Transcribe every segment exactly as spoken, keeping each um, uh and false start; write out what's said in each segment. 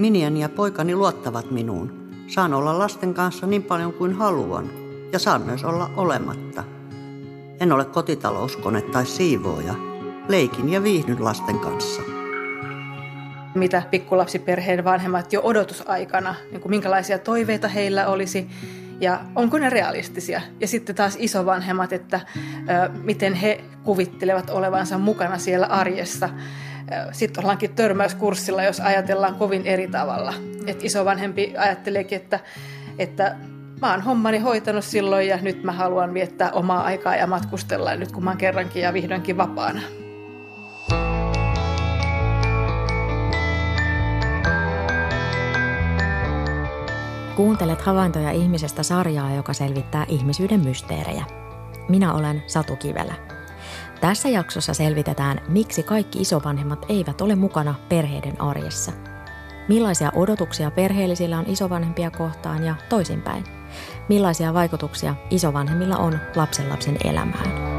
minieni ja poikani luottavat minuun. Saan olla lasten kanssa niin paljon kuin haluan ja saan myös olla olematta. En ole kotitalouskone tai siivooja. Leikin ja viihdyn lasten kanssa. Mitä pikkulapsiperheen vanhemmat jo odotusaikana, niin kuin minkälaisia toiveita heillä olisi ja onko ne realistisia. Ja sitten taas isovanhemmat, että ö, miten he kuvittelevat olevansa mukana siellä arjessa. Sitten ollaankin törmäyskurssilla, jos ajatellaan kovin eri tavalla. Et isovanhempi ajatteleekin, että, että mä oon hommani hoitanut silloin ja nyt mä haluan viettää omaa aikaa ja matkustella nyt kun mä oon kerrankin ja vihdoinkin vapaana. Kuuntelet Havaintoja ihmisestä -sarjaa, joka selvittää ihmisyyden mysteerejä. Minä olen Satu Kivelä. Tässä jaksossa selvitetään, miksi kaikki isovanhemmat eivät ole mukana perheiden arjessa. Millaisia odotuksia perheellisillä on isovanhempia kohtaan ja toisinpäin. Millaisia vaikutuksia isovanhemmilla on lapsenlapsen elämään.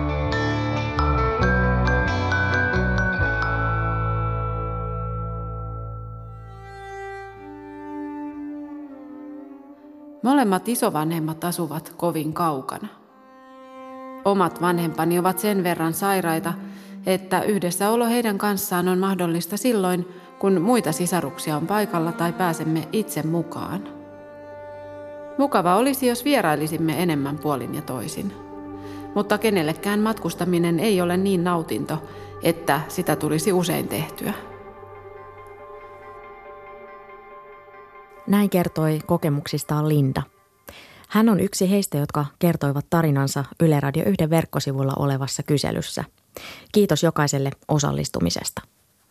Molemmat isovanhemmat asuvat kovin kaukana. Omat vanhempani ovat sen verran sairaita, että yhdessäolo heidän kanssaan on mahdollista silloin, kun muita sisaruksia on paikalla tai pääsemme itse mukaan. Mukava olisi, jos vierailisimme enemmän puolin ja toisin. Mutta kenellekään matkustaminen ei ole niin nautinto, että sitä tulisi usein tehtyä. Näin kertoi kokemuksistaan Linda. Hän on yksi heistä, jotka kertoivat tarinansa Yle Radio yhden verkkosivulla olevassa kyselyssä. Kiitos jokaiselle osallistumisesta.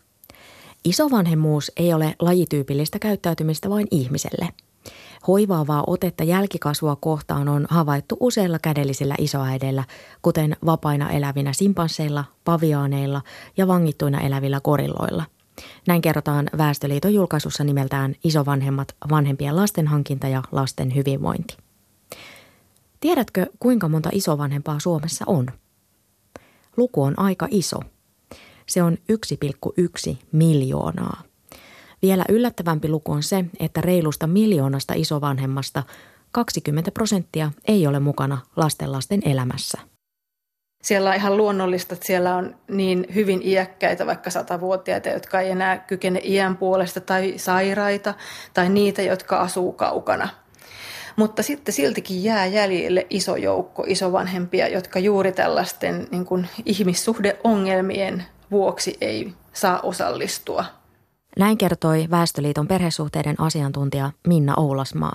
Isovanhemmuus ei ole lajityypillistä käyttäytymistä vain ihmiselle. Hoivaavaa otetta jälkikasvua kohtaan on havaittu useilla kädellisillä isoäideillä, kuten vapaina elävinä simpansseilla, paviaaneilla ja vangittuina elävillä gorilloilla. Näin kerrotaan Väestöliiton julkaisussa nimeltään Isovanhemmat, vanhempien lasten hankinta ja lasten hyvinvointi. Tiedätkö, kuinka monta isovanhempaa Suomessa on? Luku on aika iso. Se on yksi pilkku yksi miljoonaa. Vielä yllättävämpi luku on se, että reilusta miljoonasta isovanhemmasta kaksikymmentä prosenttia ei ole mukana lastenlasten elämässä. Siellä on ihan luonnollista, että siellä on niin hyvin iäkkäitä, vaikka satavuotiaita, jotka ei enää kykene iän puolesta, tai sairaita, tai niitä, jotka asuu kaukana. Mutta sitten siltikin jää jäljelle iso joukko isovanhempia, jotka juuri tällaisten niin kuin ihmissuhdeongelmien vuoksi ei saa osallistua. Näin kertoi Väestöliiton perhesuhteiden asiantuntija Minna Oulasmaa.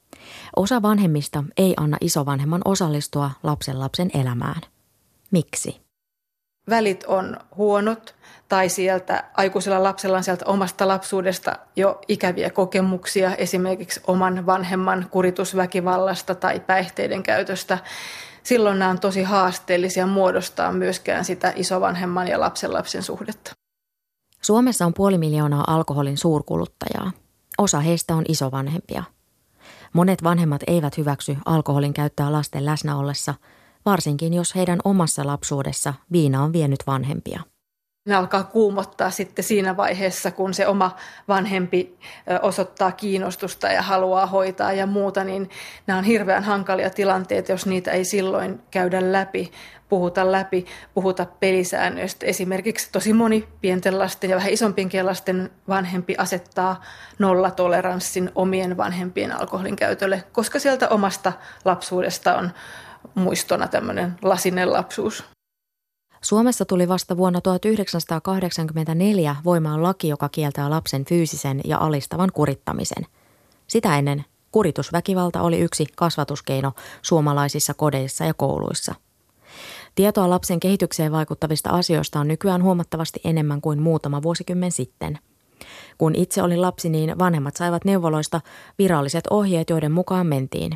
Osa vanhemmista ei anna isovanhemman osallistua lapsenlapsen elämään. Miksi? Välit on huonot tai sieltä aikuisella lapsella on sieltä omasta lapsuudesta jo ikäviä kokemuksia, esimerkiksi oman vanhemman kuritusväkivallasta tai päihteiden käytöstä. Silloin nämä on tosi haasteellisia muodostaa myöskään sitä isovanhemman ja lapsenlapsen suhdetta. Suomessa on puoli miljoonaa alkoholin suurkuluttajaa. Osa heistä on isovanhempia. Monet vanhemmat eivät hyväksy alkoholin käyttöä lasten läsnä ollessa, varsinkin jos heidän omassa lapsuudessa viina on vienyt vanhempia. Ne alkaa kuumottaa sitten siinä vaiheessa, kun se oma vanhempi osoittaa kiinnostusta ja haluaa hoitaa ja muuta, niin nämä on hirveän hankalia tilanteita, jos niitä ei silloin käydä läpi, puhuta läpi, puhuta pelisäännöistä. Esimerkiksi tosi moni pienten lasten ja vähän isompienkin lasten vanhempi asettaa nollatoleranssin omien vanhempien alkoholin käytölle, koska sieltä omasta lapsuudesta on muistona tämmöinen lasinen lapsuus. Suomessa tuli vasta vuonna tuhatyhdeksänsataakahdeksankymmentäneljä voimaan laki, joka kieltää lapsen fyysisen ja alistavan kurittamisen. Sitä ennen kuritusväkivalta oli yksi kasvatuskeino suomalaisissa kodeissa ja kouluissa. Tietoa lapsen kehitykseen vaikuttavista asioista on nykyään huomattavasti enemmän kuin muutama vuosikymmen sitten. Kun itse olin lapsi, niin vanhemmat saivat neuvoloista viralliset ohjeet, joiden mukaan mentiin.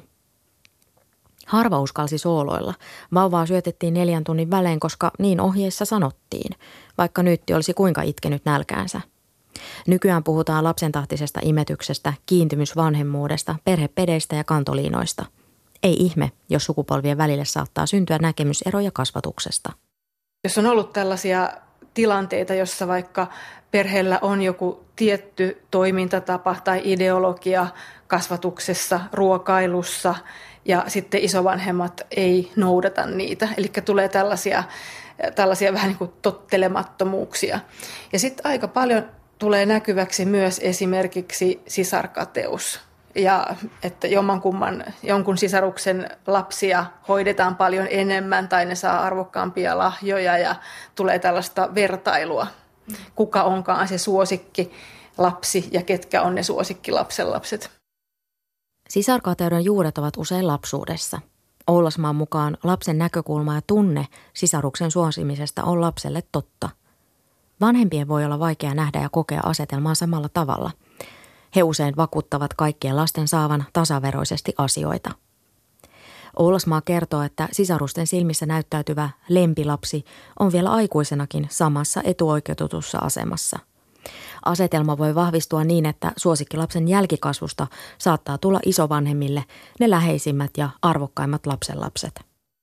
Harva uskalsi sooloilla. Vauvaa syötettiin neljän tunnin välein, koska niin ohjeissa sanottiin, vaikka Nytti olisi kuinka itkenyt nälkäänsä. Nykyään puhutaan lapsentahtisesta imetyksestä, kiintymysvanhemmuudesta, perhepedeistä ja kantoliinoista. Ei ihme, jos sukupolvien välille saattaa syntyä näkemyseroja kasvatuksesta. Jos on ollut tällaisia tilanteita, jossa vaikka perheellä on joku tietty toimintatapa tai ideologia kasvatuksessa, ruokailussa ja sitten isovanhemmat ei noudata niitä. Eli tulee tällaisia, tällaisia vähän niin kuin tottelemattomuuksia. Ja sitten aika paljon tulee näkyväksi myös esimerkiksi sisarkateus. Ja että jommankumman, jonkun sisaruksen lapsia hoidetaan paljon enemmän tai ne saa arvokkaampia lahjoja ja tulee tällaista vertailua. Kuka onkaan se suosikki lapsi ja ketkä on ne suosikki lapsenlapset. Sisarkateuden juuret ovat usein lapsuudessa. Oulasmaan mukaan lapsen näkökulma ja tunne sisaruksen suosimisesta on lapselle totta. Vanhempien voi olla vaikea nähdä ja kokea asetelmaa samalla tavalla. He usein vakuuttavat kaikkien lasten saavan tasaveroisesti asioita. Oulasmaa kertoo, että sisarusten silmissä näyttäytyvä lempilapsi on vielä aikuisenakin samassa etuoikeutetussa asemassa. Asetelma voi vahvistua niin, että suosikkilapsen jälkikasvusta saattaa tulla isovanhemmille ne läheisimmät ja arvokkaimmat lapsenlapset.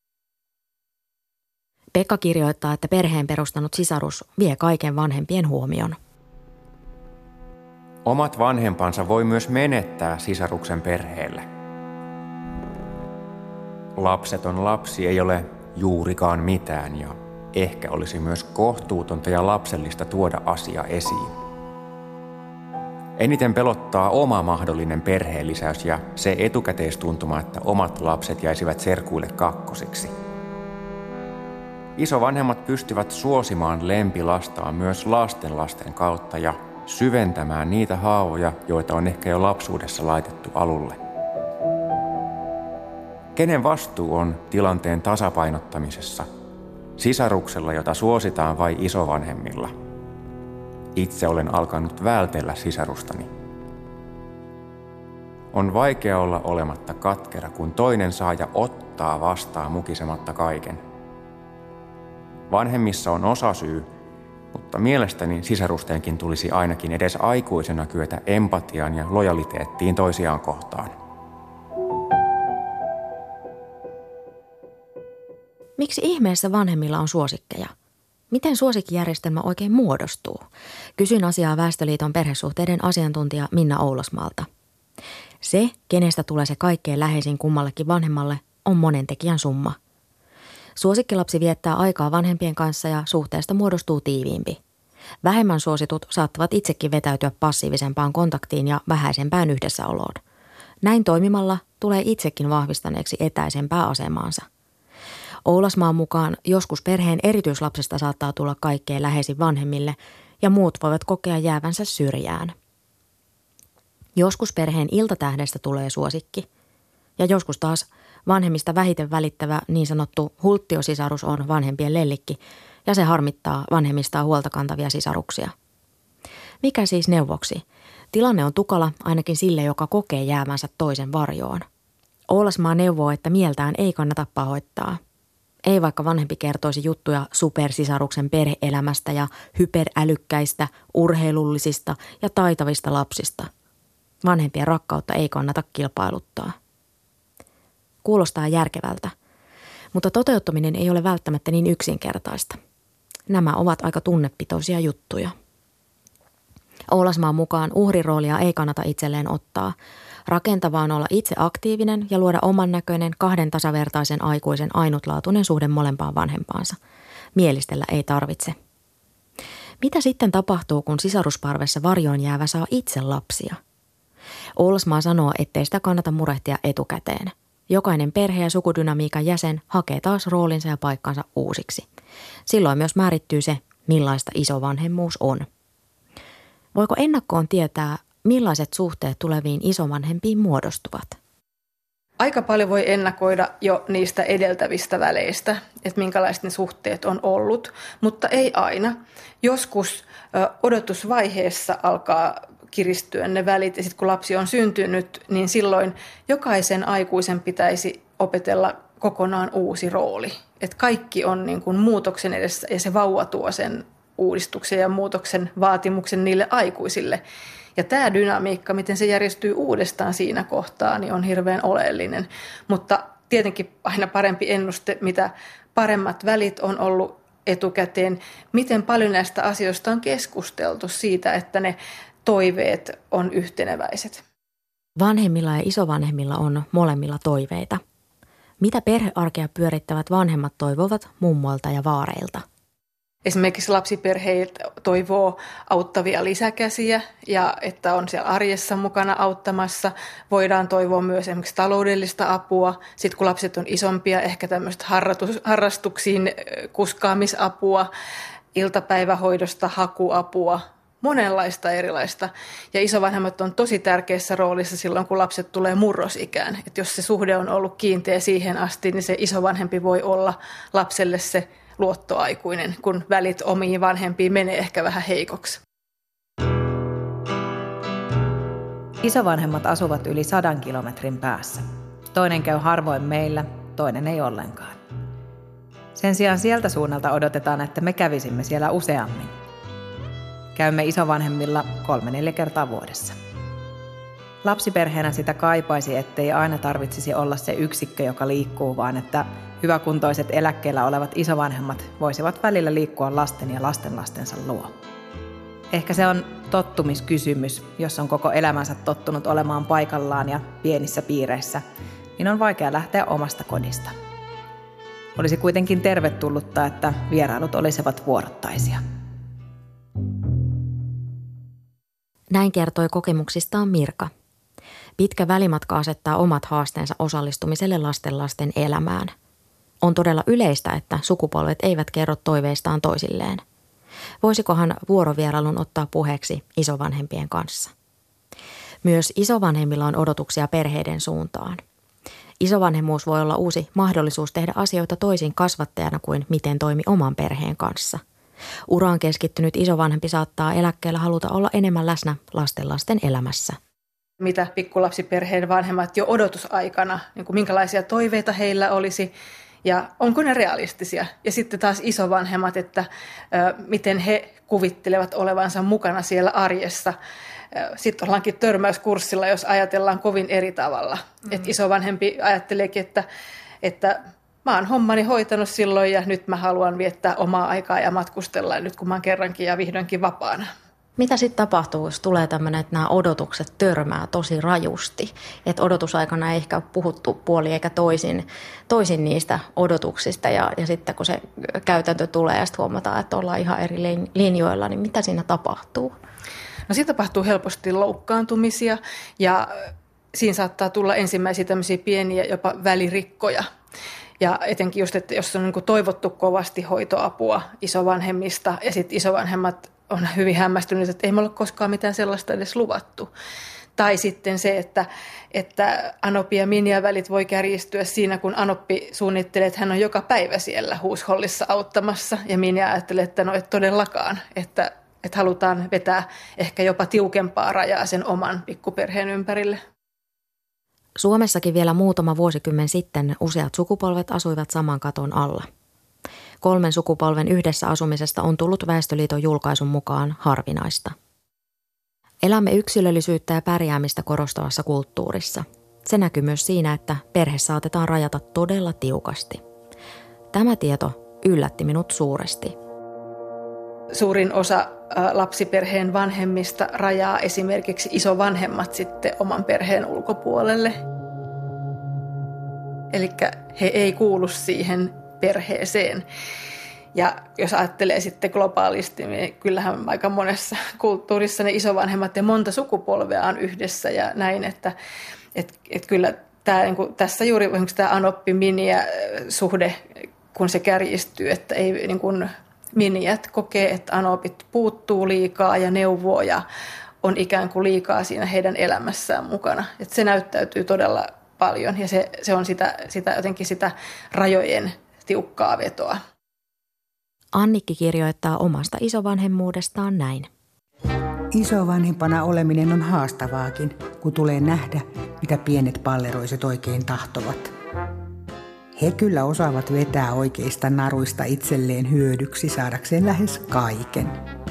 Pekka kirjoittaa, että perheen perustanut sisarus vie kaiken vanhempien huomion. Omat vanhempansa voi myös menettää sisaruksen perheelle. Lapseton lapsi ei ole juurikaan mitään ja ehkä olisi myös kohtuutonta ja lapsellista tuoda asia esiin. Eniten pelottaa oma mahdollinen perheenlisäys ja se etukäteistuntuma, että omat lapset jäisivät serkuille kakkosiksi. Isovanhemmat pystyvät suosimaan lempilastaan myös lastenlasten kautta ja syventämään niitä haavoja, joita on ehkä jo lapsuudessa laitettu alulle. Kenen vastuu on tilanteen tasapainottamisessa? Sisaruksella, jota suositaan, vai isovanhemmilla? Itse olen alkanut vältellä sisarustani. On vaikea olla olematta katkera, kun toinen saa ja ottaa vastaan mukisematta kaiken. Vanhemmissa on osasyy, mutta mielestäni sisarustenkin tulisi ainakin edes aikuisena kyetä empatiaan ja lojaliteettiin toisiaan kohtaan. Miksi ihmeessä vanhemmilla on suosikkeja? Miten suosikkijärjestelmä oikein muodostuu? Kysyin asiaa Väestöliiton perhesuhteiden asiantuntija Minna Oulasmaalta. Se, kenestä tulee se kaikkein läheisin kummallekin vanhemmalle, on monen tekijän summa. Suosikkilapsi viettää aikaa vanhempien kanssa ja suhteesta muodostuu tiiviimpi. Vähemmän suositut saattavat itsekin vetäytyä passiivisempaan kontaktiin ja vähäisempään yhdessäoloon. Näin toimimalla tulee itsekin vahvistaneeksi etäisempää asemaansa. Oulasmaan mukaan joskus perheen erityislapsesta saattaa tulla kaikkein läheisin vanhemmille ja muut voivat kokea jäävänsä syrjään. Joskus perheen iltatähdestä tulee suosikki ja joskus taas vanhemmista vähiten välittävä niin sanottu hulttiosisarus on vanhempien lellikki ja se harmittaa vanhemmistaan huolta kantavia sisaruksia. Mikä siis neuvoksi? Tilanne on tukala ainakin sille, joka kokee jäävänsä toisen varjoon. Oulasmaa neuvoo, että mieltään ei kannata pahoittaa. Ei vaikka vanhempi kertoisi juttuja supersisaruksen perhe-elämästä ja hyperälykkäistä, urheilullisista ja taitavista lapsista. Vanhempien rakkautta ei kannata kilpailuttaa. Kuulostaa järkevältä, mutta toteuttaminen ei ole välttämättä niin yksinkertaista. Nämä ovat aika tunnepitoisia juttuja. Oulasmaan mukaan uhriroolia ei kannata itselleen ottaa. Rakentavaa on olla itse aktiivinen ja luoda oman näköinen kahden tasavertaisen aikuisen ainutlaatuinen suhde molempaan vanhempaansa. Mielistellä ei tarvitse. Mitä sitten tapahtuu, kun sisarusparvessa varjoon jäävä saa itse lapsia? Oulasmaa sanoo, ettei sitä kannata murehtia etukäteen. Jokainen perhe- ja sukudynamiikan jäsen hakee taas roolinsa ja paikkansa uusiksi. Silloin myös määrittyy se, millaista isovanhemmuus on. Voiko ennakkoon tietää, millaiset suhteet tuleviin isovanhempiin muodostuvat? Aika paljon voi ennakoida jo niistä edeltävistä väleistä, että minkälaiset ne suhteet on ollut, mutta ei aina. Joskus odotusvaiheessa alkaa kiristyä ne välit ja sitten kun lapsi on syntynyt, niin silloin jokaisen aikuisen pitäisi opetella kokonaan uusi rooli. Että kaikki on niin kuin muutoksen edessä ja se vauva tuo sen uudistuksen ja muutoksen vaatimuksen niille aikuisille. Ja tämä dynamiikka, miten se järjestyy uudestaan siinä kohtaa, niin on hirveän oleellinen. Mutta tietenkin aina parempi ennuste, mitä paremmat välit on ollut etukäteen, miten paljon näistä asioista on keskusteltu siitä, että ne toiveet on yhteneväiset. Vanhemmilla ja isovanhemmilla on molemmilla toiveita. Mitä perhearkea pyörittävät vanhemmat toivovat mummoilta ja vaareilta? Esimerkiksi lapsiperheet toivoo auttavia lisäkäsiä ja että on siellä arjessa mukana auttamassa. Voidaan toivoa myös esimerkiksi taloudellista apua. Sitten kun lapset on isompia, ehkä tämmöistä harrastuksiin kuskaamisapua, iltapäivähoidosta hakuapua, monenlaista erilaista. Ja isovanhemmat on tosi tärkeässä roolissa silloin, kun lapset tulee murrosikään. Että jos se suhde on ollut kiinteä siihen asti, niin se isovanhempi voi olla lapselle se luottoaikuinen, kun välit omiin vanhempiin menee ehkä vähän heikoksi. Isovanhemmat asuvat yli sadan kilometrin päässä. Toinen käy harvoin meillä, toinen ei ollenkaan. Sen sijaan sieltä suunnalta odotetaan, että me kävisimme siellä useammin. Käymme isovanhemmilla kolme neljä kertaa vuodessa. Lapsiperheenä sitä kaipaisi, ettei aina tarvitsisi olla se yksikkö, joka liikkuu, vaan että hyväkuntoiset eläkkeellä olevat isovanhemmat voisivat välillä liikkua lasten ja lastenlastensa luo. Ehkä se on tottumiskysymys, jos on koko elämänsä tottunut olemaan paikallaan ja pienissä piireissä, niin on vaikea lähteä omasta kodista. Olisi kuitenkin tervetullutta, että vierailut olisivat vuorottaisia. Näin kertoi kokemuksistaan Mirka. Pitkä välimatka asettaa omat haasteensa osallistumiselle lastenlasten elämään. On todella yleistä, että sukupolvet eivät kerro toiveistaan toisilleen. Voisikohan vuorovierailun ottaa puheeksi isovanhempien kanssa? Myös isovanhemmilla on odotuksia perheiden suuntaan. Isovanhemmuus voi olla uusi mahdollisuus tehdä asioita toisin kasvattajana kuin miten toimi oman perheen kanssa. Uraan keskittynyt isovanhempi saattaa eläkkeellä haluta olla enemmän läsnä lastenlasten elämässä. Mitä pikkulapsiperheen vanhemmat jo odotusaikana, niin kuin minkälaisia toiveita heillä olisi ja onko ne realistisia. Ja sitten taas isovanhemmat, että ö, miten he kuvittelevat olevansa mukana siellä arjessa. Sitten ollaankin törmäyskurssilla, jos ajatellaan kovin eri tavalla. Mm-hmm. Että isovanhempi ajatteleekin, että, että mä oon hommani hoitanut silloin ja nyt mä haluan viettää omaa aikaa ja matkustella nyt kun mä oon kerrankin ja vihdoinkin vapaana. Mitä sitten tapahtuu, jos tulee tämmöinen, että nämä odotukset törmää tosi rajusti? Että odotusaikana ei ehkä ole puhuttu puoli eikä toisin, toisin niistä odotuksista ja, ja sitten kun se käytäntö tulee ja sitten huomataan, että ollaan ihan eri linjoilla, niin mitä siinä tapahtuu? No siinä tapahtuu helposti loukkaantumisia ja siinä saattaa tulla ensimmäisiä tämmöisiä pieniä jopa välirikkoja. Ja etenkin just, että jos on niin kuin toivottu kovasti hoitoapua isovanhemmista ja sitten isovanhemmat on hyvin hämmästynyt, että ei me ole koskaan mitään sellaista edes luvattu. Tai sitten se, että, että Anoppi ja Minja välit voi kärjistyä siinä, kun Anoppi suunnittelee, että hän on joka päivä siellä huushollissa auttamassa. Ja Minja ajattelee, että no et todellakaan, että, että halutaan vetää ehkä jopa tiukempaa rajaa sen oman pikkuperheen ympärille. Suomessakin vielä muutama vuosikymmen sitten useat sukupolvet asuivat saman katon alla. Kolmen sukupolven yhdessä asumisesta on tullut Väestöliiton julkaisun mukaan harvinaista. Elämme yksilöllisyyttä ja pärjäämistä korostavassa kulttuurissa. Se näkyy myös siinä, että perhe saatetaan rajata todella tiukasti. Tämä tieto yllätti minut suuresti. Suurin osa lapsiperheen vanhemmista rajaa esimerkiksi isovanhemmat sitten oman perheen ulkopuolelle. Eli he ei kuulu siihen perheeseen. Ja jos ajattelee sitten globaalisti, niin kyllähän aika monessa kulttuurissa ne isovanhemmat ja monta sukupolvea on yhdessä ja näin, että et, et kyllä tämä, niin kuin, tässä juuri tämä Anoppi-Minja-suhde, kun se kärjistyy, että ei niin kuin Minjat kokee, että Anopit puuttuu liikaa ja neuvoo ja on ikään kuin liikaa siinä heidän elämässään mukana. Että se näyttäytyy todella paljon ja se, se on sitä, sitä, jotenkin sitä rajojen tiukkaa vetoa. Annikki kirjoittaa omasta isovanhemmuudestaan näin. Isovanhempana oleminen on haastavaakin, kun tulee nähdä, mitä pienet palleroiset oikein tahtovat. He kyllä osaavat vetää oikeista naruista itselleen hyödyksi saadakseen lähes kaiken.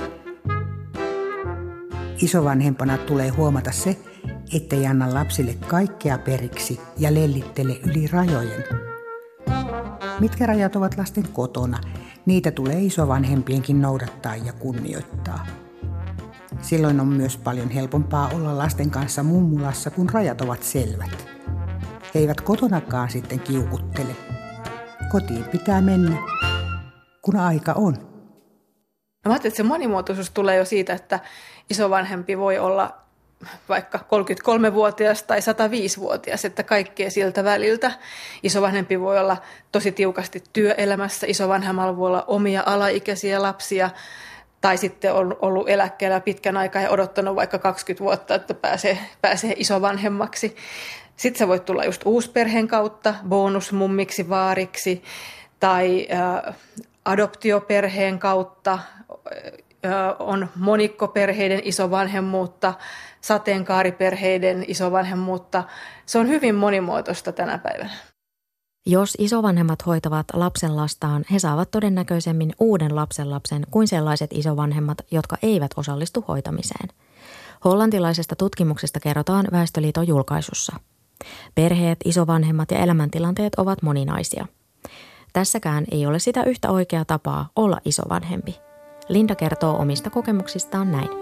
Isovanhempana tulee huomata se, ettei anna lapsille kaikkea periksi ja lellittele yli rajojen. Mitkä rajat ovat lasten kotona Niitä tulee isovanhempienkin noudattaa ja kunnioittaa. Silloin on myös paljon helpompaa olla lasten kanssa mummulassa, kun rajat ovat selvät. He eivät kotonakaan sitten kiukuttele. Kotiin pitää mennä, kun aika on. Mä ajattelin, että se monimuotoisuus tulee jo siitä, että isovanhempi voi olla vaikka kolmekymmentäkolmevuotias tai sataviisivuotias, että kaikkea siltä väliltä. Isovanhempi voi olla tosi tiukasti työelämässä, isovanhemmalla voi olla omia alaikäisiä lapsia, tai sitten on ollut eläkkeellä pitkän aikaa ja odottanut vaikka kaksikymmentä vuotta, että pääsee, pääsee isovanhemmaksi. Sitten sä voit tulla just uusperheen kautta, bonusmummiksi, vaariksi, tai äh, adoptioperheen kautta, on monikkoperheiden isovanhemmuutta, sateenkaariperheiden isovanhemmuutta. Se on hyvin monimuotoista tänä päivänä. Jos isovanhemmat hoitavat lapsenlastaan, he saavat todennäköisemmin uuden lapsenlapsen kuin sellaiset isovanhemmat, jotka eivät osallistu hoitamiseen. Hollantilaisesta tutkimuksesta kerrotaan Väestöliiton julkaisussa. Perheet, isovanhemmat ja elämäntilanteet ovat moninaisia. Tässäkään ei ole sitä yhtä oikeaa tapaa olla isovanhempi. Linda kertoo omista kokemuksistaan näin.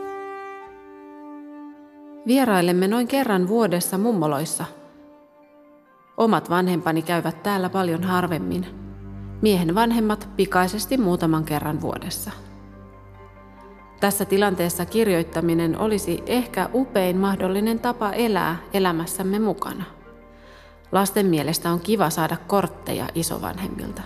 Vierailemme noin kerran vuodessa mummoloissa. Omat vanhempani käyvät täällä paljon harvemmin. Miehen vanhemmat pikaisesti muutaman kerran vuodessa. Tässä tilanteessa kirjoittaminen olisi ehkä upein mahdollinen tapa elää elämässämme mukana. Lasten mielestä on kiva saada kortteja isovanhemmilta.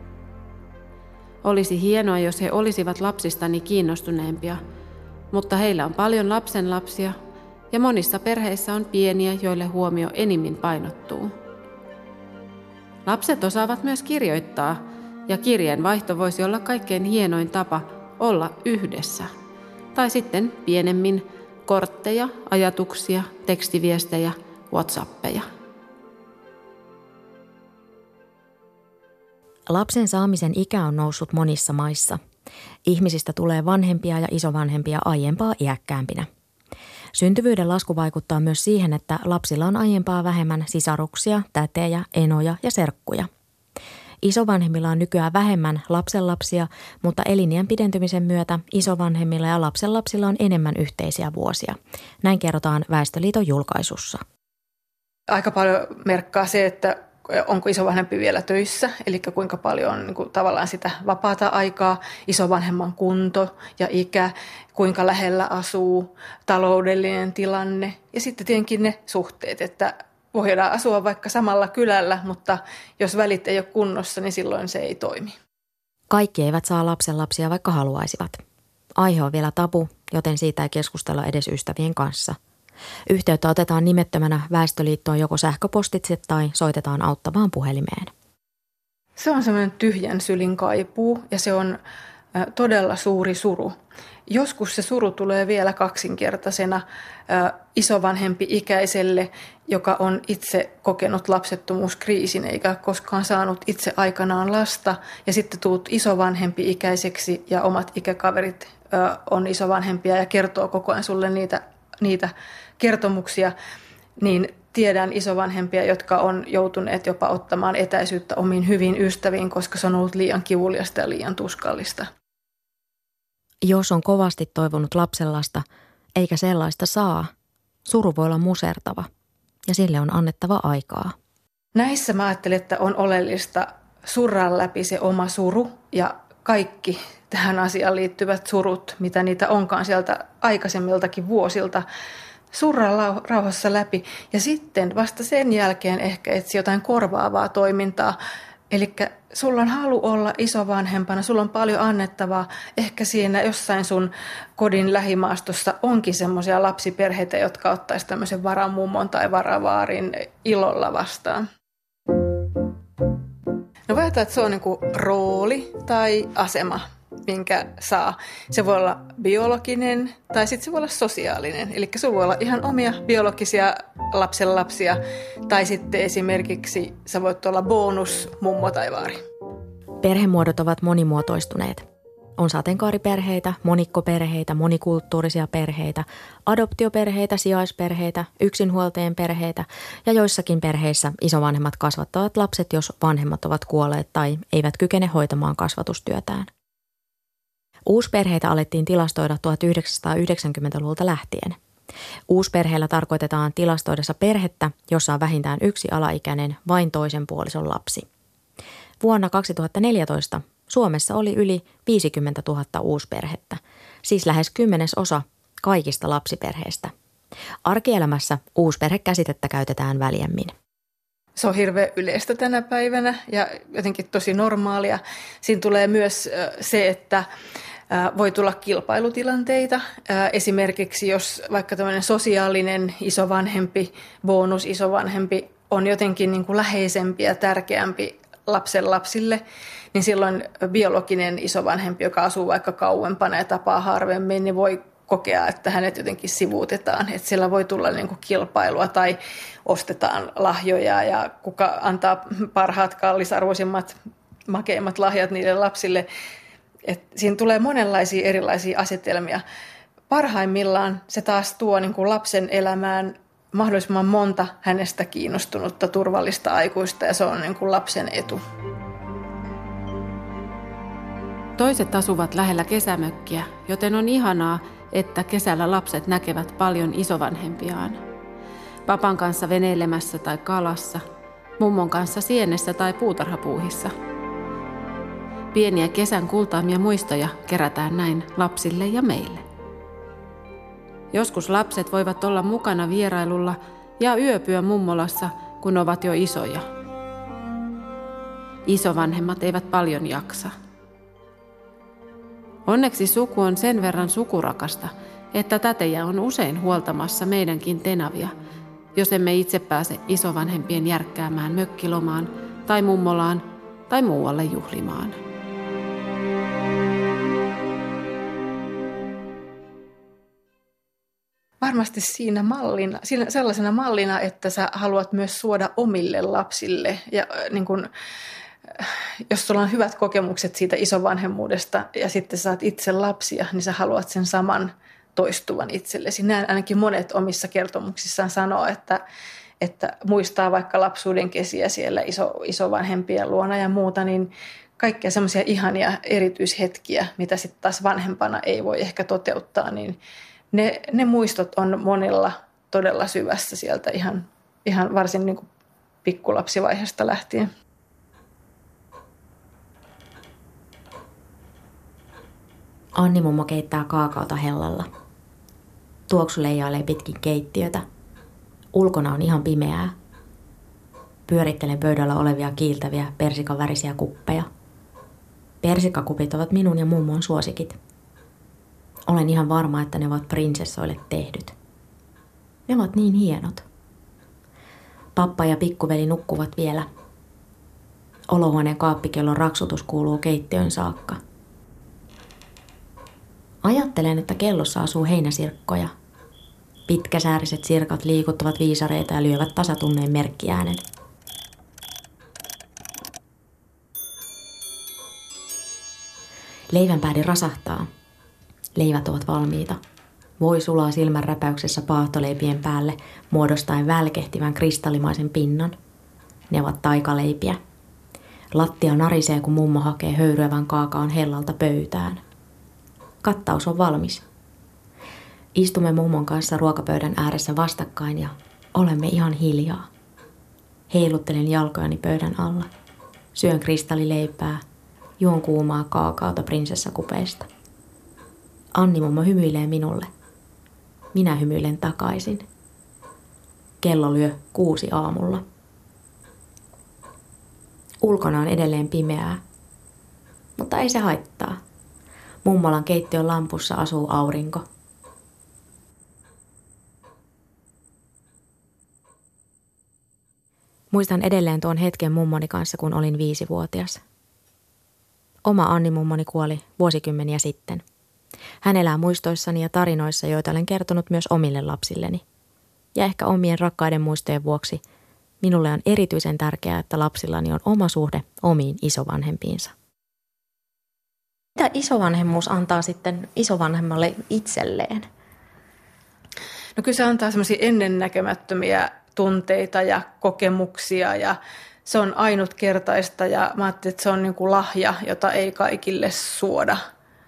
Olisi hienoa, jos he olisivat lapsistani kiinnostuneempia, mutta heillä on paljon lapsenlapsia ja monissa perheissä on pieniä, joille huomio enimmin painottuu. Lapset osaavat myös kirjoittaa ja kirjeenvaihto voisi olla kaikkein hienoin tapa olla yhdessä. Tai sitten pienemmin kortteja, ajatuksia, tekstiviestejä, WhatsAppeja. Lapsen saamisen ikä on noussut monissa maissa. Ihmisistä tulee vanhempia ja isovanhempia aiempaa iäkkäämpinä. Syntyvyyden lasku vaikuttaa myös siihen, että lapsilla on aiempaa vähemmän sisaruksia, tätejä, enoja ja serkkuja. Isovanhemmilla on nykyään vähemmän lapsenlapsia, mutta eliniän pidentymisen myötä isovanhemmilla ja lapsenlapsilla on enemmän yhteisiä vuosia. Näin kerrotaan Väestöliiton julkaisussa. Aika paljon merkkaa se, että onko isovanhempi vielä töissä, eli kuinka paljon on niin kuin, tavallaan sitä vapaata aikaa, isovanhemman kunto ja ikä, kuinka lähellä asuu, taloudellinen tilanne ja sitten tietenkin ne suhteet, että voidaan asua vaikka samalla kylällä, mutta jos välit ei ole kunnossa, niin silloin se ei toimi. Kaikki eivät saa lapsenlapsia, vaikka haluaisivat. Aihe on vielä tabu, joten siitä ei keskustella edes ystävien kanssa. Yhteyttä otetaan nimettömänä Väestöliittoon joko sähköpostitse tai soitetaan auttavaan puhelimeen. Se on semmoinen tyhjän sylin kaipuu ja se on todella suuri suru. Joskus se suru tulee vielä kaksinkertaisena isovanhempi-ikäiselle, joka on itse kokenut lapsettomuuskriisin eikä koskaan saanut itse aikanaan lasta. Ja sitten tuut isovanhempi-ikäiseksi ja omat ikäkaverit on isovanhempia ja kertoo koko ajan sulle niitä, niitä kertomuksia. Niin tiedän isovanhempia, jotka on joutuneet jopa ottamaan etäisyyttä omiin hyviin ystäviin, koska se on ollut liian kivuliasta ja liian tuskallista. Jos on kovasti toivonut lapsenlasta, eikä sellaista saa, suru voi olla musertava ja sille on annettava aikaa. Näissä mä ajattelen, että on oleellista surra läpi se oma suru ja kaikki tähän asiaan liittyvät surut, mitä niitä onkaan sieltä aikaisemmiltakin vuosilta, surra rauhassa läpi ja sitten vasta sen jälkeen ehkä etsi jotain korvaavaa toimintaa. Eli sulla on halu olla isovanhempana, sulla on paljon annettavaa. Ehkä siinä jossain sun kodin lähimaastossa onkin semmoisia lapsiperheitä, jotka ottaisi tämmöisen varamummon tai varavaarin ilolla vastaan. No voi ajatella, että se on niin kuin rooli tai asema, minkä saa. Se voi olla biologinen tai sitten se voi olla sosiaalinen. Eli sulla voi olla ihan omia biologisia lapsenlapsia tai sitten esimerkiksi sä voit olla bonus, mummo tai vaari. Perhemuodot ovat monimuotoistuneet. On sateenkaariperheitä, monikkoperheitä, monikulttuurisia perheitä, adoptioperheitä, sijaisperheitä, yksinhuoltajien perheitä ja joissakin perheissä isovanhemmat kasvattavat lapset, jos vanhemmat ovat kuolleet tai eivät kykene hoitamaan kasvatustyötään. Uusperheitä alettiin tilastoida tuhatyhdeksänsataayhdeksänkymmentäluvulta lähtien. Uusperheellä tarkoitetaan tilastoidessa perhettä, jossa on vähintään yksi alaikäinen vain toisen puolison lapsi. Vuonna kaksituhattaneljätoista Suomessa oli yli viisikymmentätuhatta uusperhettä, siis lähes kymmenesosa kaikista lapsiperheistä. Arkielämässä uusperhekäsitettä käytetään väljemmin. Se on hirveän yleistä tänä päivänä ja jotenkin tosi normaalia. Siinä tulee myös se, että voi tulla kilpailutilanteita. Esimerkiksi jos vaikka tämmöinen sosiaalinen isovanhempi, bonus isovanhempi on jotenkin niin kuin läheisempi ja tärkeämpi lapsen lapsille, niin silloin biologinen isovanhempi, joka asuu vaikka kauempana ja tapaa harvemmin, niin voi kokea, että hänet jotenkin sivuutetaan. Että siellä voi tulla niin kuin kilpailua tai ostetaan lahjoja ja kuka antaa parhaat, kallisarvoisimmat, makeimmat lahjat niille lapsille. Et siinä tulee monenlaisia erilaisia asetelmia. Parhaimmillaan se taas tuo niin kuin lapsen elämään mahdollisimman monta hänestä kiinnostunutta turvallista aikuista ja se on niin kuin lapsen etu. Toiset asuvat lähellä kesämökkiä, joten on ihanaa, että kesällä lapset näkevät paljon isovanhempiaan. Papan kanssa veneilemässä tai kalassa, mummon kanssa sienessä tai puutarhapuuhissa. Pieniä kesän kultaamia muistoja kerätään näin lapsille ja meille. Joskus lapset voivat olla mukana vierailulla ja yöpyä mummolassa, kun ovat jo isoja. Isovanhemmat eivät paljon jaksa. Onneksi suku on sen verran sukurakasta, että tätejä on usein huoltamassa meidänkin tenavia, jos emme itse pääse isovanhempien järkkäämään mökkilomaan tai mummolaan tai muualle juhlimaan. Varmasti siinä mallina, siinä sellaisena mallina, että sä haluat myös suoda omille lapsille. Ja niin kun, jos sulla on hyvät kokemukset siitä isovanhemmuudesta ja sitten saat itse lapsia, niin sä haluat sen saman toistuvan itsellesi. Näin ainakin monet omissa kertomuksissaan sanoo, että, että muistaa vaikka lapsuuden kesiä siellä iso, isovanhempien luona ja muuta, niin kaikkia semmoisia ihania erityishetkiä, mitä sitten taas vanhempana ei voi ehkä toteuttaa, niin Ne, ne muistot on monilla todella syvässä sieltä ihan, ihan varsin niin kuin pikkulapsivaiheesta lähtien. Anni mummo keittää kaakaota hellalla. Tuoksu leijailee pitkin keittiötä. Ulkona on ihan pimeää. Pyörittelen pöydällä olevia kiiltäviä persikan värisiä kuppeja. Persikakupit ovat minun ja mummon suosikit. Olen ihan varma, että ne ovat prinsessoille tehdyt. Ne ovat niin hienot. Pappa ja pikkuveli nukkuvat vielä. Olohuoneen kaappikellon raksutus kuuluu keittiön saakka. Ajattelen, että kellossa asuu heinäsirkkoja. Pitkäsääriset sirkat liikuttavat viisareita ja lyövät tasatunneen merkkiäänen. Leivänpäädi rasahtaa. Leivät ovat valmiita. Voi sulaa silmän räpäyksessä paahtoleipien päälle, muodostaen välkehtivän kristallimaisen pinnan. Ne ovat taikaleipiä. Lattia narisee, kun mummo hakee höyryävän kaakaon hellalta pöytään. Kattaus on valmis. Istumme mummon kanssa ruokapöydän ääressä vastakkain ja olemme ihan hiljaa. Heiluttelen jalkojani pöydän alla. Syön kristallileipää. Juon kuumaa kaakaota prinsessakupeista. Anni mummo hymyilee minulle. Minä hymyilen takaisin. Kello lyö kuusi aamulla. Ulkona on edelleen pimeää, mutta ei se haittaa. Mummolan keittiön lampussa asuu aurinko. Muistan edelleen tuon hetken mummoni kanssa, kun olin viisivuotias. Oma Anni mummoni kuoli vuosikymmeniä sitten. Hän elää muistoissani ja tarinoissa, joita olen kertonut myös omille lapsilleni. Ja ehkä omien rakkaiden muistojen vuoksi minulle on erityisen tärkeää, että lapsillani on oma suhde omiin isovanhempiinsa. Mitä isovanhemmuus antaa sitten isovanhemmalle itselleen? No kyllä se antaa semmoisia ennennäkemättömiä tunteita ja kokemuksia ja se on ainutkertaista ja mä ajattelin, että se on niin kuin lahja, jota ei kaikille suoda.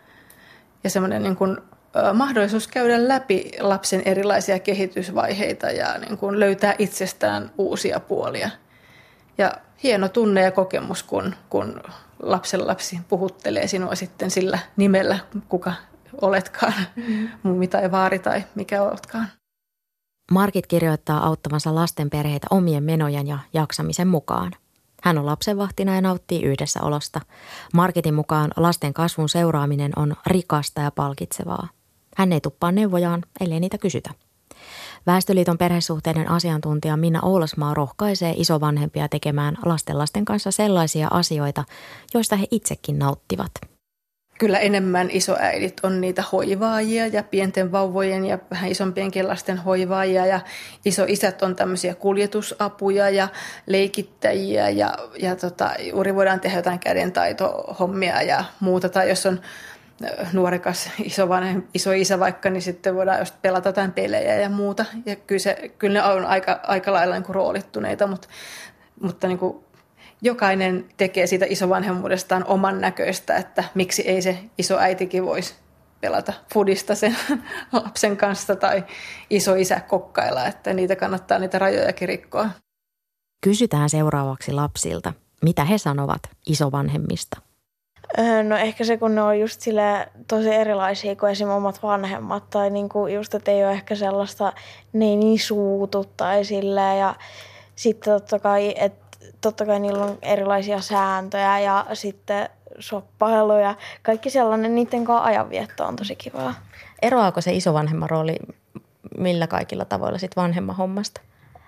Ja semmoinen niin kuin mahdollisuus käydä läpi lapsen erilaisia kehitysvaiheita ja niin kuin löytää itsestään uusia puolia. Ja hieno tunne ja kokemus, kun, kun lapsenlapsi puhuttelee sinua sitten sillä nimellä, kuka oletkaan, mm-hmm. mummi tai vaari tai mikä oletkaan. Margit kirjoittaa auttavansa lasten perheitä omien menojen ja jaksamisen mukaan. Hän on lapsenvahtina ja nauttii yhdessäolosta. Margitin mukaan lasten kasvun seuraaminen on rikasta ja palkitsevaa. Hän ei tuppaa neuvojaan, ellei niitä kysytä. Väestöliiton perhesuhteiden asiantuntija Minna Oulasmaa rohkaisee isovanhempia tekemään lastenlasten kanssa sellaisia asioita, joista he itsekin nauttivat. Kyllä enemmän isoäidit on niitä hoivaajia ja pienten vauvojen ja vähän isompienkin lasten hoivaajia ja isoisät on tämmöisiä kuljetusapuja ja leikittäjiä ja, ja tota, juuri voidaan tehdä jotain kädentaitohommia ja muuta. Tai jos on nuorekas isovanhem, isoisä vaikka, niin sitten voidaan just pelata jotain pelejä ja muuta. Ja kyllä, se, kyllä ne on aika, aika lailla niin kuin roolittuneita, mutta, mutta niin kuin jokainen tekee siitä isovanhemmuudestaan oman näköistä, että miksi ei se isoäitikin voisi pelata fudista sen lapsen kanssa tai isoisä kokkailla, että niitä kannattaa niitä rajojakin rikkoa. Kysytään seuraavaksi lapsilta, mitä he sanovat isovanhemmista. No ehkä se, kun ne on just sille tosi erilaisia kuin esimerkiksi omat vanhemmat tai niinku just, että ei ole ehkä sellaista, ne ei niin suutu tai silleen ja sitten totta kai, että totta kai niillä on erilaisia sääntöjä ja sitten shoppailu ja kaikki sellainen, niiden kanssa ajanvietto on tosi kivaa. Eroaako se isovanhemman rooli millä kaikilla tavoilla sit vanhemman hommasta?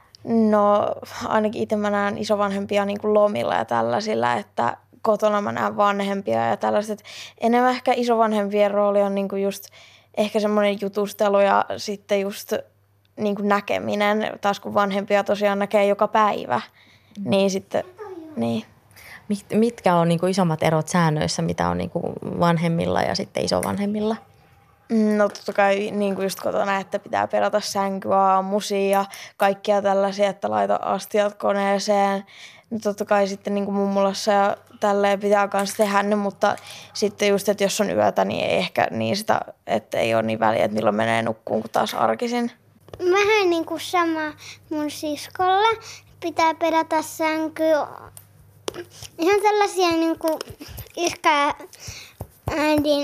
No ainakin itse mä näen isovanhempia niin kuin lomilla ja tällaisilla, että kotona mä näen vanhempia ja tällaiset. Enemmän ehkä isovanhempien rooli on niin kuin just ehkä semmoinen jutustelu ja sitten just niin kuin näkeminen. Taas kun vanhempia tosiaan näkee joka päivä, mm. niin sitten niin. Mitkä on niin kuin isommat erot säännöissä, mitä on niin kuin vanhemmilla ja sitten isovanhemmilla? No totta kai niin kuin just kotona, että pitää perata sänkyä aamuisin ja kaikkia tällaisia, että laita astiat koneeseen. No totta kai sitten niin kuin mummulassa ja tälleen pitää myös tehdä ne, mutta sitten just, että jos on yötä, niin ei ehkä niin sitä, että ei ole niin väliä, että milloin menee nukkuun kuin taas arkisin. Vähän niin kuin sama mun siskolla. Pitää perata sänkyä. Ihan sellaisia niin kuin iskä äidin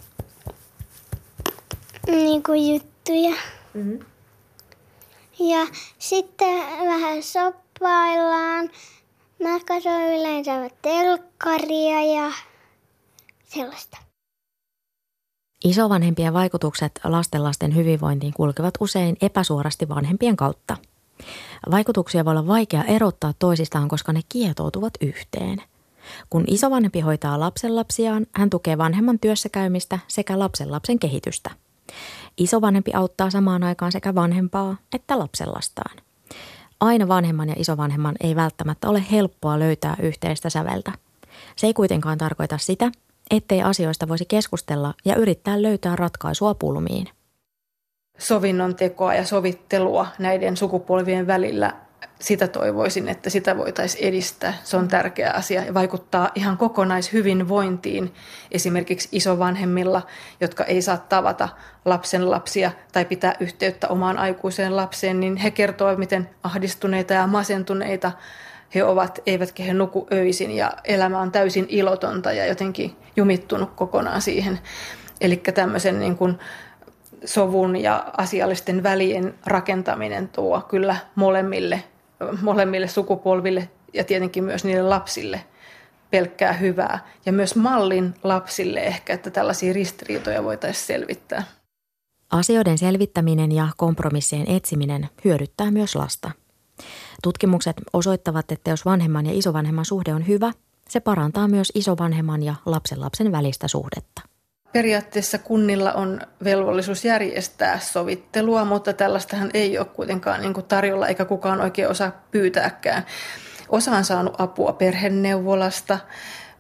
niin kuin juttuja. Mm-hmm. Ja sitten vähän soppaillaan. Mä katson yleensä telkkaria ja sellaista. Isovanhempien vaikutukset lastenlasten hyvinvointiin kulkevat usein epäsuorasti vanhempien kautta. Vaikutuksia voi olla vaikea erottaa toisistaan, koska ne kietoutuvat yhteen. Kun isovanhempi hoitaa lapsenlapsiaan, hän tukee vanhemman työssäkäymistä sekä lapsenlapsen kehitystä. Isovanhempi auttaa samaan aikaan sekä vanhempaa että lapsenlastaan. Aina vanhemman ja isovanhemman ei välttämättä ole helppoa löytää yhteistä säveltä. Se ei kuitenkaan tarkoita sitä, ettei asioista voisi keskustella ja yrittää löytää ratkaisua pulmiin. Sovinnon tekoa ja sovittelua näiden sukupolvien välillä, sitä toivoisin, että sitä voitaisiin edistää. Se on tärkeä asia ja vaikuttaa ihan kokonaishyvinvointiin esimerkiksi isovanhemmilla, jotka ei saa tavata lapsen lapsia tai pitää yhteyttä omaan aikuiseen lapseen, niin he kertovat, miten ahdistuneita ja masentuneita he ovat, eivätkä he nuku öisin ja elämä on täysin ilotonta ja jotenkin jumittunut kokonaan siihen. Eli tämmöisen niin kuin sovun ja asiallisten välien rakentaminen tuo kyllä molemmille, molemmille sukupolville ja tietenkin myös niille lapsille pelkkää hyvää. Ja myös mallin lapsille ehkä, että tällaisia ristiriitoja voitaisiin selvittää. Asioiden selvittäminen ja kompromissien etsiminen hyödyttää myös lasta. Tutkimukset osoittavat, että jos vanhemman ja isovanhemman suhde on hyvä, se parantaa myös isovanhemman ja lapsenlapsen välistä suhdetta. Periaatteessa kunnilla on velvollisuus järjestää sovittelua, mutta tällaistahan ei ole kuitenkaan niin kuin tarjolla eikä kukaan oikein osaa pyytääkään. Osa on saanut apua perheneuvolasta,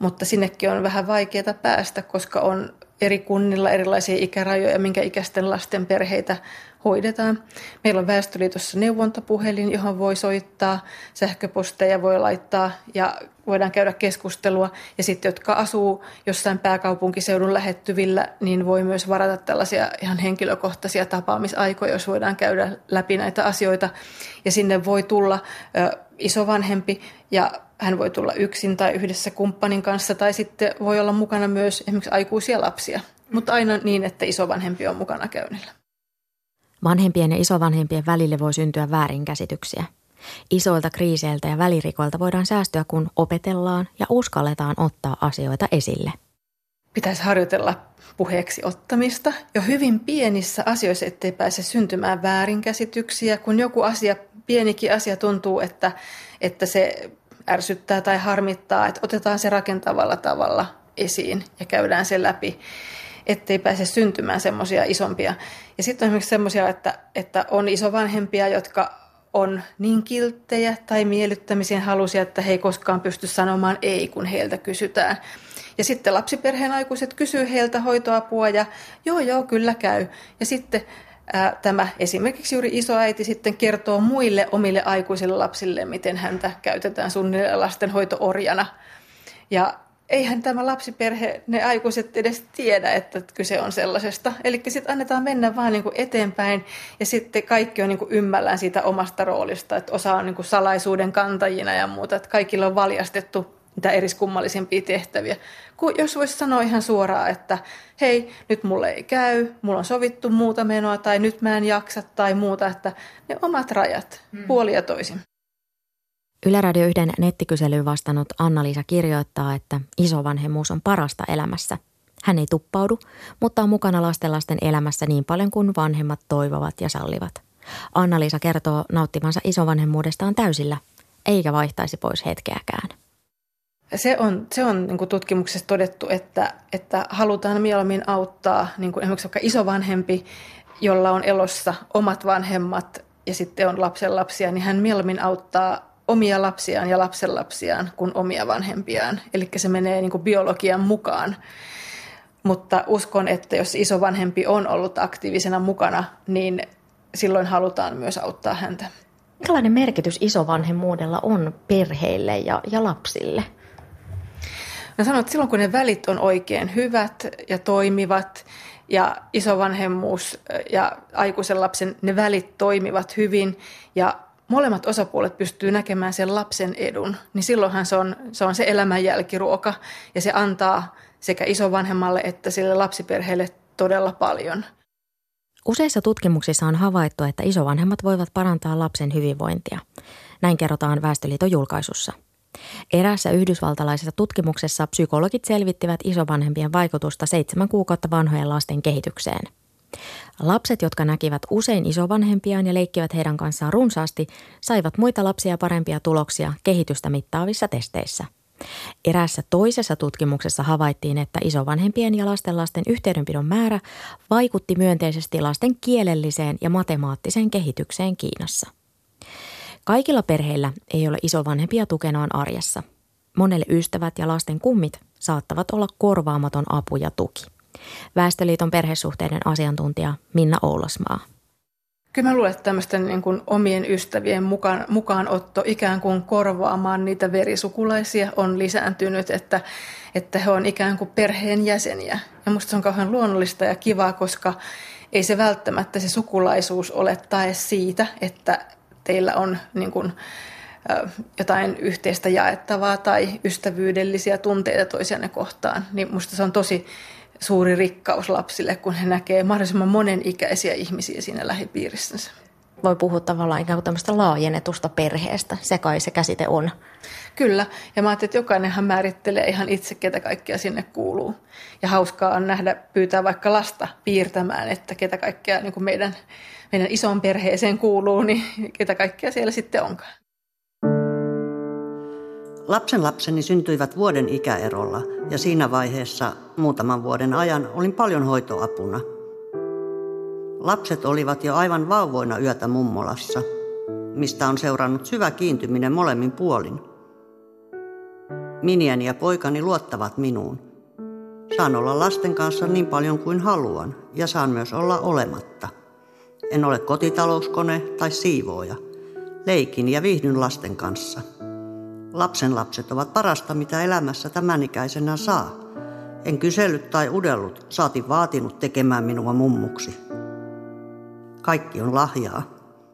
mutta sinnekin on vähän vaikeaa päästä, koska on eri kunnilla erilaisia ikärajoja, minkä ikäisten lasten perheitä hoidetaan. Meillä on Väestöliitossa neuvontapuhelin, johon voi soittaa, sähköposteja voi laittaa ja voidaan käydä keskustelua. Ja sitten, jotka asuu jossain pääkaupunkiseudun lähettyvillä, niin voi myös varata tällaisia ihan henkilökohtaisia tapaamisaikoja, jos voidaan käydä läpi näitä asioita. Ja sinne voi tulla ö, isovanhempi ja hän voi tulla yksin tai yhdessä kumppanin kanssa tai sitten voi olla mukana myös esimerkiksi aikuisia lapsia, mutta aina niin, että isovanhempi on mukana käynnillä. Vanhempien ja isovanhempien välille voi syntyä väärinkäsityksiä. Isoilta kriiseiltä ja välirikoilta voidaan säästyä, kun opetellaan ja uskalletaan ottaa asioita esille. Pitäisi harjoitella puheeksi ottamista jo hyvin pienissä asioissa, ettei pääse syntymään väärinkäsityksiä. Kun joku asia, pienikin asia tuntuu, että, että se ärsyttää tai harmittaa, että otetaan se rakentavalla tavalla esiin ja käydään sen läpi, ettei pääse syntymään semmoisia isompia. Ja sitten on esimerkiksi semmoisia, että, että on isovanhempia, jotka on niin kilttejä tai miellyttämisen halusia, että he ei koskaan pysty sanomaan ei, kun heiltä kysytään. Ja sitten lapsiperheen aikuiset kysyy heiltä hoitoapua ja joo, joo, kyllä käy. Ja sitten ää, tämä esimerkiksi juuri isoäiti sitten kertoo muille omille aikuisille lapsille, miten häntä käytetään suunnilleen lastenhoito-orjana. Ja eihän tämä lapsiperhe, ne aikuiset edes tiedä, että kyse on sellaisesta. Eli sitten annetaan mennä vaan niin kuin eteenpäin ja sitten kaikki on niin kuin ymmällään siitä omasta roolista. Että osa on niin kuin salaisuuden kantajina ja muuta. Että kaikilla on valjastettu mitä eriskummallisimpia tehtäviä. Kun jos voisi sanoa ihan suoraan, että hei, nyt mulle ei käy, mulla on sovittu muuta menoa tai nyt mä en jaksa tai muuta. Että ne omat rajat, hmm. puoli ja toisin. Yle Radio yhden nettikyselyyn vastannut Anna-Liisa kirjoittaa, että isovanhemmuus on parasta elämässä. Hän ei tuppaudu, mutta on mukana lastenlasten elämässä niin paljon kuin vanhemmat toivovat ja sallivat. Anna-Liisa kertoo nauttivansa isovanhemmuudestaan täysillä, eikä vaihtaisi pois hetkeäkään. Se on, se on niin kuin tutkimuksessa todettu, että, että halutaan mieluummin auttaa niin kuin esimerkiksi vaikka isovanhempi, jolla on elossa omat vanhemmat ja sitten on lapsenlapsia, niin hän mieluummin auttaa omia lapsiaan ja lapsenlapsiaan kuin omia vanhempiaan. Eli se menee niin kuin biologian mukaan. Mutta uskon, että jos isovanhempi on ollut aktiivisena mukana, niin silloin halutaan myös auttaa häntä. Minkälainen merkitys isovanhemmuudella on perheille ja, ja lapsille? Mä sanon, että silloin kun ne välit on oikein hyvät ja toimivat ja isovanhemmuus ja aikuisen lapsen ne välit toimivat hyvin ja molemmat osapuolet pystyy näkemään sen lapsen edun, niin silloinhan se on se, on se elämän jälkiruoka ja se antaa sekä isovanhemmalle että sille lapsiperheelle todella paljon. Useissa tutkimuksissa on havaittu, että isovanhemmat voivat parantaa lapsen hyvinvointia. Näin kerrotaan Väestöliiton julkaisussa. Eräässä yhdysvaltalaisessa tutkimuksessa psykologit selvittivät isovanhempien vaikutusta seitsemän kuukautta vanhojen lasten kehitykseen. Lapset, jotka näkivät usein isovanhempiaan ja leikkivät heidän kanssaan runsaasti, saivat muita lapsia parempia tuloksia kehitystä mittaavissa testeissä. Eräässä toisessa tutkimuksessa havaittiin, että isovanhempien ja lastenlasten yhteydenpidon määrä vaikutti myönteisesti lasten kielelliseen ja matemaattiseen kehitykseen Kiinassa. Kaikilla perheillä ei ole isovanhempia tukenaan arjessa. Monelle ystävät ja lasten kummit saattavat olla korvaamaton apu ja tuki. Väestöliiton perhesuhteiden asiantuntija Minna Oulasmaa. Kyllä mä luulen, että tämmöisten niin kuin omien ystävien mukaan, mukaanotto ikään kuin korvaamaan niitä verisukulaisia on lisääntynyt, että, että he on ikään kuin perheen jäseniä. Ja musta se on kauhean luonnollista ja kivaa, koska ei se välttämättä se sukulaisuus ole tae siitä, että teillä on niin kuin, jotain yhteistä jaettavaa tai ystävyydellisiä tunteita toisianne kohtaan. Niin musta se on tosi suuri rikkaus lapsille, kun he näkee mahdollisimman monenikäisiä ihmisiä siinä lähipiirissänsä. Voi puhua tavallaan ikään kuin tämmöistä laajennetusta perheestä. Se kai se käsite on. Kyllä. Ja mä ajattelin, että jokainenhan määrittelee ihan itse, ketä kaikkia sinne kuuluu. Ja hauskaa on nähdä, pyytää vaikka lasta piirtämään, että ketä kaikkea niin kuin meidän, meidän isoon perheeseen kuuluu, niin ketä kaikkea siellä sitten onkaan. Lapsenlapseni syntyivät vuoden ikäerolla ja siinä vaiheessa muutaman vuoden ajan olin paljon hoitoapuna. Lapset olivat jo aivan vauvoina yötä mummolassa, mistä on seurannut syvä kiintyminen molemmin puolin. Miniäni ja poikani luottavat minuun. Saan olla lasten kanssa niin paljon kuin haluan ja saan myös olla olematta. En ole kotitalouskone tai siivooja. Leikin ja viihdyn lasten kanssa. Lapsenlapset ovat parasta, mitä elämässä tämänikäisenä saa. En kysellyt tai udellut, saati vaatinut tekemään minua mummuksi. Kaikki on lahjaa.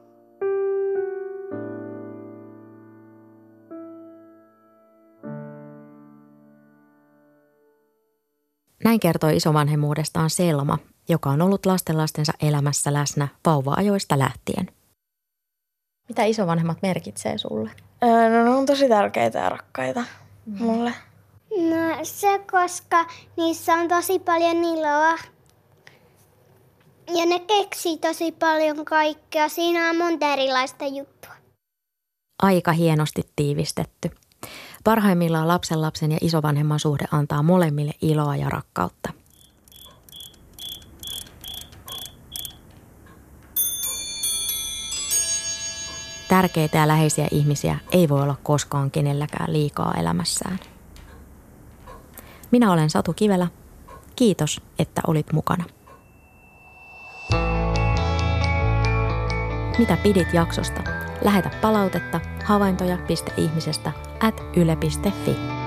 Näin kertoi isovanhemmuudestaan Selma, joka on ollut lastenlastensa elämässä läsnä vauva-ajoista lähtien. Mitä isovanhemmat merkitsee sulle? Öö, no ne on tosi tärkeitä ja rakkaita mm. mulle. No se, koska niissä on tosi paljon iloa. Ja ne keksii tosi paljon kaikkea. Siinä on monta erilaista juttua. Aika hienosti tiivistetty. Parhaimmillaan lapsenlapsen ja isovanhemman suhde antaa molemmille iloa ja rakkautta. Tärkeitä ja läheisiä ihmisiä ei voi olla koskaan kenelläkään liikaa elämässään. Minä olen Satu Kivelä. Kiitos, että olit mukana. Mitä pidit jaksosta? Lähetä palautetta havaintoja piste ihmisestä at yle piste fi.